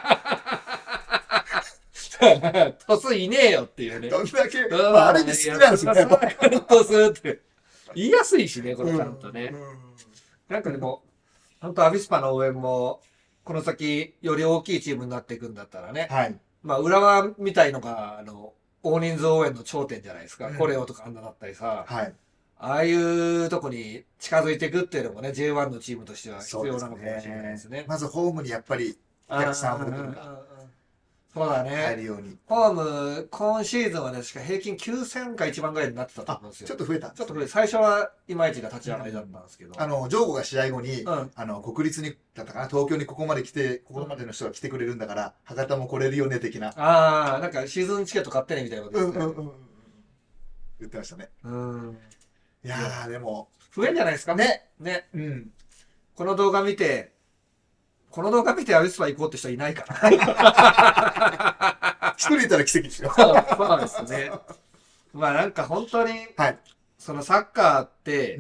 トスいねえよっていうね。 どんだけ、あれで好きなんですよね。 トスって。言いやすいしね、これちゃんとね。なんかでも、本当アビスパの応援も、この先より大きいチームになっていくんだったらね。まあ、浦和みたいのが、大人数応援の頂点じゃないですか。コレオとかあんなだったりさ。ああいうとこに近づいていくっていうのもね、J1 のチームとしては必要なのかもしれないですね。 まずホームにやっぱりお客さんをそうだね。 入るように。 ホーム、今シーズンはね、確か平均9000か1万ぐらいになってたと思うんですよ。 ちょっと増えた。 ちょっと増えた。最初はいまいちな立ち上がりだったんですけど。 ジョーゴが試合後に、国立に、だったかな、東京にここまで来て、ここまでの人が来てくれるんだから、博多も来れるよね、的な。 なんかシーズンチケット買ってね、みたいなことですね。 言ってましたね。いやー、でも。 増えんじゃないですかね。この動画見てアビスパ行こうって人いないから。 一人いたら奇跡ですよ。 そうですね。まあなんか本当に、そのサッカーって、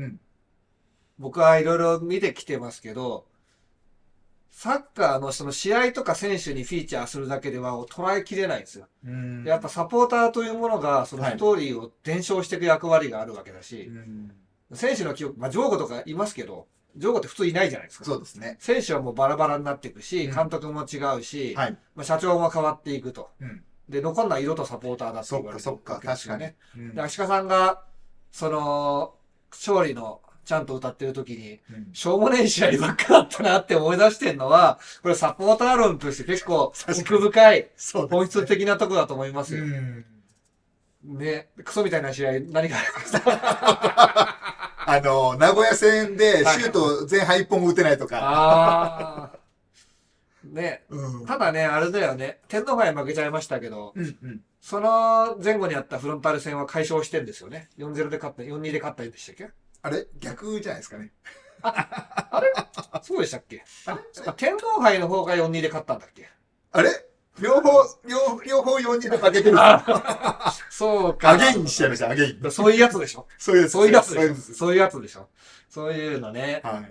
僕はいろいろ見てきてますけど、サッカーのその試合とか選手にフィーチャーするだけでは捉えきれないんですよ。やっぱサポーターというものがそのストーリーを伝承していく役割があるわけだし、選手の記憶、まあジョーゴとかいますけど、ジョーゴって普通いないじゃないですか。 そうですね。 選手はもうバラバラになっていくし、監督も違うし、まあ社長も変わっていくと。で、残んない色とサポーターだって言われてるわけですよね。で、足利さんが、その、勝利のちゃんと歌ってる時に、しょうもねえ試合ばっかだったなって思い出してんのは、これサポーター論として結構奥深い、本質的なとこだと思いますよ。ね、クソみたいな試合何がありました名古屋戦でシュート前半1本も打てないとか。 ね、ただね、あれだよね、天皇杯負けちゃいましたけど、その前後にあったフロンターレ戦は解消してんですよね。4-0で勝った、4-2で勝ったんでしたっけ？ あれ逆じゃないですかね。 あれそうでしたっけ？天皇杯の方が4-2で勝ったんだっけ？ あれ両方4-2で負けてる。 そうか。 アゲインにしちゃいました、アゲイン。 そういうやつでしょ。 そういうやつでしょ。 そういうやつでしょ。そういうのね。 はい。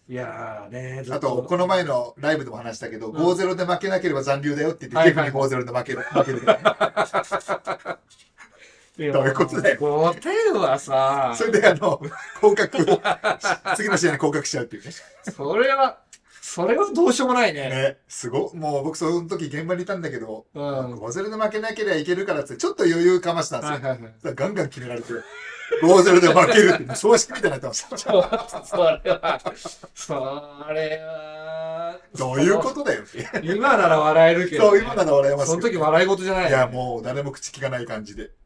いやーね。 あと、この前のライブでも話したけど、5-0 で負けなければ残留だよって言って、逆に5-0で負ける。 どういうことだよ。 5点はさ、 それで降格、次の試合に降格しちゃうっていうね。 それはどうしようもないね。 ね、すごもう僕その時現場にいたんだけど、5-0で負けなければいけるからって、ちょっそっと余裕かましたんですよ。ガンガン決められて、5-0で負けるって、葬式みたいになってました。それは、 どういうことだよって。 今なら笑えるけど、 そう、今なら笑えます。 その時笑い事じゃない。 いや、もう誰も口聞かない感じで。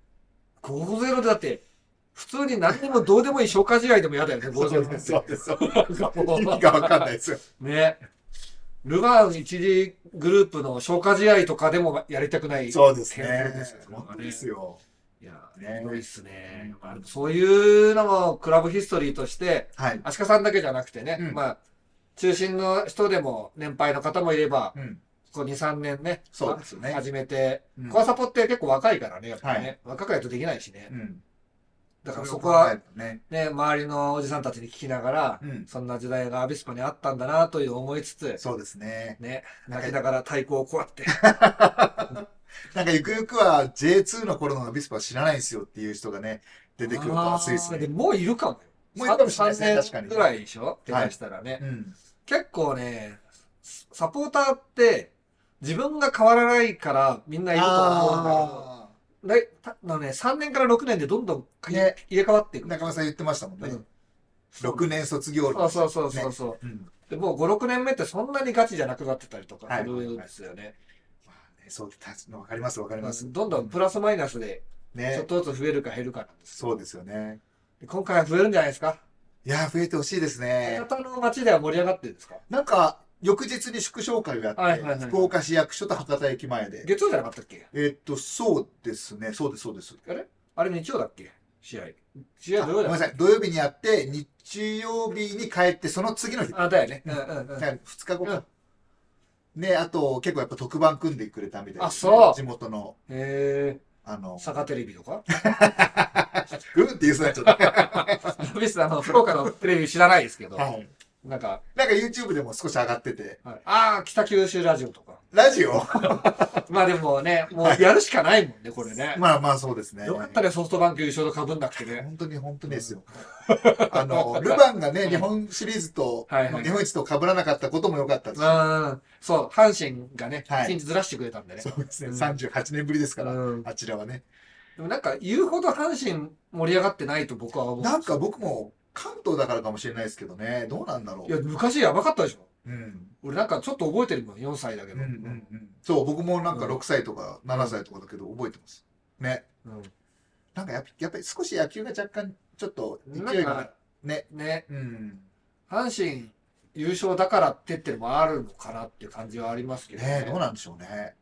5-0でだって、普通に何にもどうでもいい消化試合でも嫌だよね、5-0って。 そうです。意味がわかんないですよ。 ね。ルヴァン一次グループの消化試合とかでもやりたくない。 そうですね。本当ですよ。 いや、すごいっすね。そういうのもクラブヒストリーとして、足利さんだけじゃなくてね、まあ、中心の人でも年配の方もいれば、ここ2、3年ね、 そうですね。 始めて、コアサポって結構若いからね、やっぱりね。若くないとできないしね。だからそこは、ね、周りのおじさんたちに聞きながら、そんな時代がアビスパにあったんだなという思いつつ、 そうですね。 ね、泣きながら太鼓をこうやって。 なんかゆくゆくは J2 の頃のアビスパは知らないんですよっていう人がね、出てくると熱いですね。 もういるかもよ。 もういるかもしれないですね、確かに。 3年ぐらいでしょ手出したらね。結構ね、サポーターって自分が変わらないからみんないると思うんだけど、3年から6年でどんどん入れ替わっていく。 中村さん言ってましたもんね。6年卒業論。そう。でもう5、6年目ってそんなにガチじゃなくなってたりとかするんですよね。 そう、わかります。 どんどんプラスマイナスで、ちょっとずつ増えるか減るかなんです。 そうですよね。 今回は増えるんじゃないですか？ いや、増えてほしいですね。 博多の街では盛り上がってるんですか？ なんか、翌日に祝勝会をやって、福岡市役所と博多駅前で。 月曜じゃなかったっけ？ そうですね。そうです。 あれ日曜だっけ？試合土曜ごめんなさい。土曜日にやって、日曜日に帰って、その次の日。 だよね。 2日後か。ね、あと、結構やっぱ特番組んでくれたみたいです。 そう。 地元の。 佐賀テレビとかって言うそうになっちゃった。 別に福岡のテレビ知らないですけど。なんか YouTube でも少し上がってて。 北九州ラジオとか。 ラジオまあでもね、もうやるしかないもんね、これね。 まあそうですね。 よかったね、ソフトバンク優勝と被んなくてね。 本当にですよ。ルヴァンがね、日本シリーズと、日本一と被らなかったことも良かったです。 そう、阪神がね、一日ずらしてくれたんでね。 そうですね、38年ぶりですから、あちらはね。 でもなんか言うほど阪神盛り上がってないと僕は思う。 なんか僕も関東だからかもしれないですけどね、どうなんだろう。 いや、昔やばかったでしょ。俺なんかちょっと覚えてるもん、4歳だけど。 そう、僕もなんか6歳とか7歳とかだけど覚えてます。ね。なんかやっぱり少し野球が若干ちょっと勢いがね。阪神優勝だからってってのもあるのかなっていう感じはありますけどね。 どうなんでしょうね。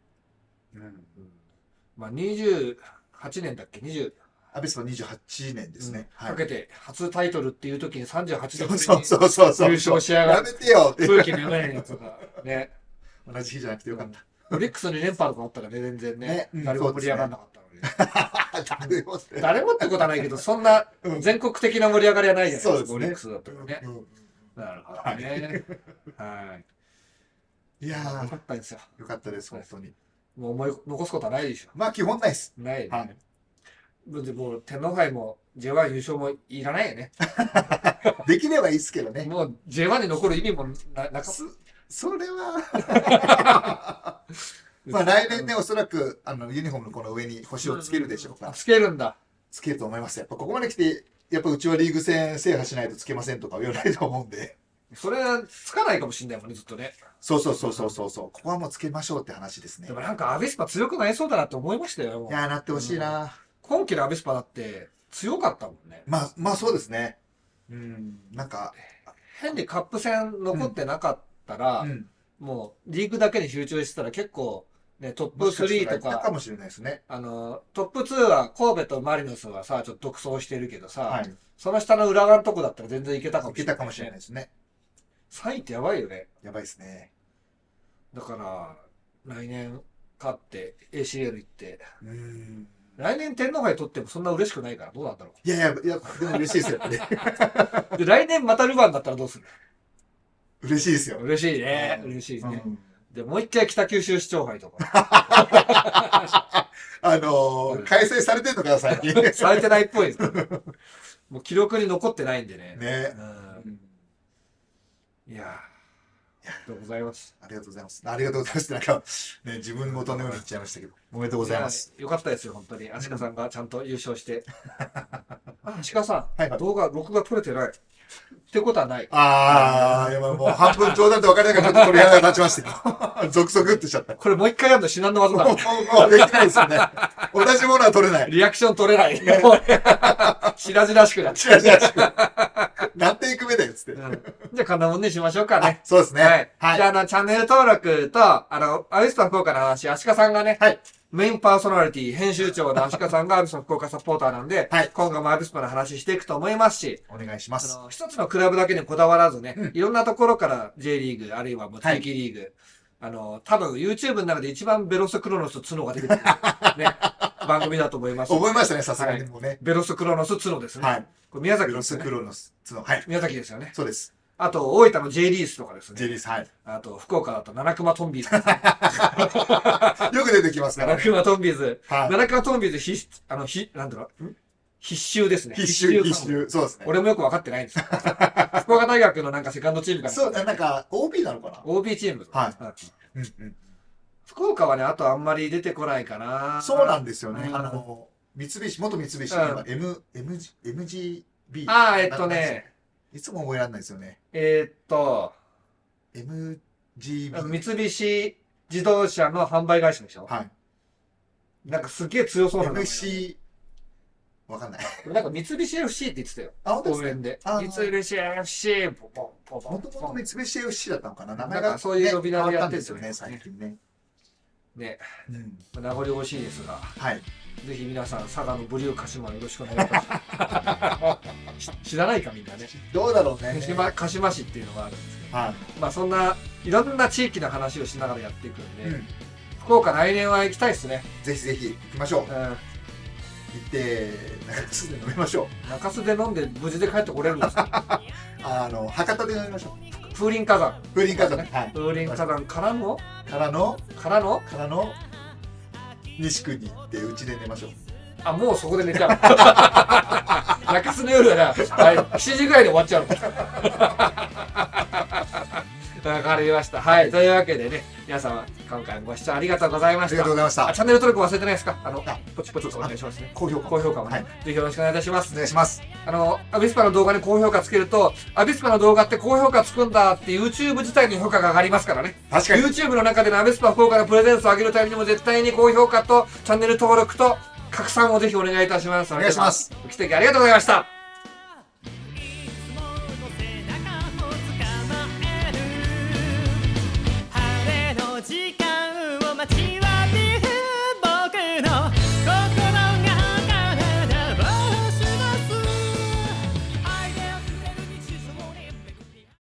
まあ28年だっけアビスパ28年ですね。 かけて初タイトルっていう時に38年ぶりに優勝しやがる。 やめてよって。 空気の読めないやつが。ね。 同じ日じゃなくてよかった。 オリックス2連覇とかあったらね、全然ね。誰も盛り上がらなかったのに。誰もってことはないけど、そんな全国的な盛り上がりはないじゃないですか、オリックスだったらね。なるほどね。はい。 いやー、 よかったですよ。 よかったです、本当に。 もう思い残すことはないでしょ。 まあ基本ないです。 ないね。もう天皇杯も J1 優勝もいらないよね。 できればいいですけどね。 もう J1 に残る意味もなかった。 それはまあ来年ね、おそらくユニフォームのこの上に星をつけるでしょうか。 つけるんだ。 つけると思います。やっぱここまで来て、やっぱうちはリーグ戦制覇しないとつけませんとか言わないと思うんで。 それはつかないかもしれないもんね、ずっとね。 そう。ここはもうつけましょうって話ですね。 でもなんかアビスパ強くなりそうだなって思いましたよ。 いやー、なってほしいな。 今季のアビスパだって強かったもんね。 まあそうですね。なんか。 変にカップ戦残ってなかったら、もうリーグだけに集中してたら結構、ね、トップ3とか、 かもしれないですね。 トップ2は神戸とマリノスはさ、ちょっと独走してるけどさ、その下の裏側のとこだったら全然いけたかもしれない。 いけたかもしれないですね。 3位ってやばいよね。 やばいですね。 だから、来年勝って ACL 行って、来年天皇杯取ってもそんな嬉しくないからどうなんだろう。 いや、でも嬉しいですよね。 で、来年またルヴァンだったらどうする？ 嬉しいですよ。 嬉しいね。嬉しいね。で、もう一回北九州市長杯とか。 改正されてんのかな、最近。 されてないっぽいです。もう記録に残ってないんでね。 ね。 いやありがとうございます。 ありがとうございます。ありがとうございます。なんか、ね、自分ごとのように言っちゃいましたけど、おめでとうございます。 よかったですよ、本当に。アシカさんがちゃんと優勝して。アシカさん、 はいはい、 動画、録画撮れてない。ってことはない。 ああ、もう半分冗談と分かれないからちょっと鳥肌が立ちましたよ。ゾクゾクってしちゃった。 これもう一回やるの至難の技だ。 もうできないですよね。同じものは取れない。 リアクション取れない。白々しくなっちゃう。 白々しく。何テイク目だよ、つって。 じゃあ、こんなもんにしましょうかね。 そうですね。 はい。じゃあ、チャンネル登録と、アビスパ福岡の話、アシカさんがね、はい。メインパーソナリティ、編集長のアシカさんがアビスパ福岡サポーターなんで、はい。今後もアビスパの話していくと思いますし、 お願いします。 一つのクラブだけにこだわらずね、いろんなところから J リーグ、あるいはもう地域リーグ、多分 YouTube の中で一番ベロスクロノス角が出てくる、ね、番組だと思います。 覚えましたね、さすがにもね。 ベロスクロノス角ですね。はい。これ宮崎ですね。 ベロスクロノス角。はい。 宮崎ですよね。 そうです。 あと、大分の J リースとかですね。 J リース、はい。 あと、福岡だと七熊トンビーズ。 よく出てきますから。 七熊トンビーズ。七熊トンビーズ、なんだろう。必修ですね。 必修。そうですね。 俺もよく分かってないんですよ。福岡大学のなんかセカンドチームかな。 そう、なんか OB なのかな ?OB チーム。 はい。 福岡はね、あとあんまり出てこないかな。 そうなんですよね。元三菱、今、MGB。 いつも覚えられないですよね。MGB。 三菱自動車の販売会社でしょ？はい。なんかすげえ強そうなの。 MC、わかんない。 なんか三菱 FC って言ってたよ。あ、応援で。三菱 FC、 もともと三菱 FC だったのかな、名前が。そういう呼び名でやってるんですよね、 最近ね。 ね。名残惜しいですが。はい。ぜひ皆さん、佐賀のブリュー鹿島よろしくお願いします。知らないかみんなね。 どうだろうね。 鹿島市っていうのがあるんですけど。はい。まあそんないろんな地域の話をしながらやっていくんで、福岡来年は行きたいですね。 ぜひぜひ行きましょう。行って、中洲で飲みましょう。 中洲で飲んで無事で帰ってこれるんですか？ 博多で飲みましょう。 風林火山。 風林火山ね。 風林火山からの西区に行ってうちで寝ましょう。 あ、もうそこで寝ちゃう。中洲の夜はな、7時ぐらいで終わっちゃう。わかりました。はい。というわけでね、皆様、今回もご視聴ありがとうございました。 ありがとうございました。 チャンネル登録忘れてないですか？ポチポチお願いしますね。 高評価もね、ぜひよろしくお願いいたします。 お願いします。 アビスパの動画に高評価つけると、アビスパの動画って高評価つくんだって YouTube 自体の評価が上がりますからね。 確かに。 YouTube の中でのアビスパ福岡のプレゼンスを上げるためにも絶対に高評価とチャンネル登録と拡散をぜひお願いいたします。 お願いします。 ご指摘ありがとうございました。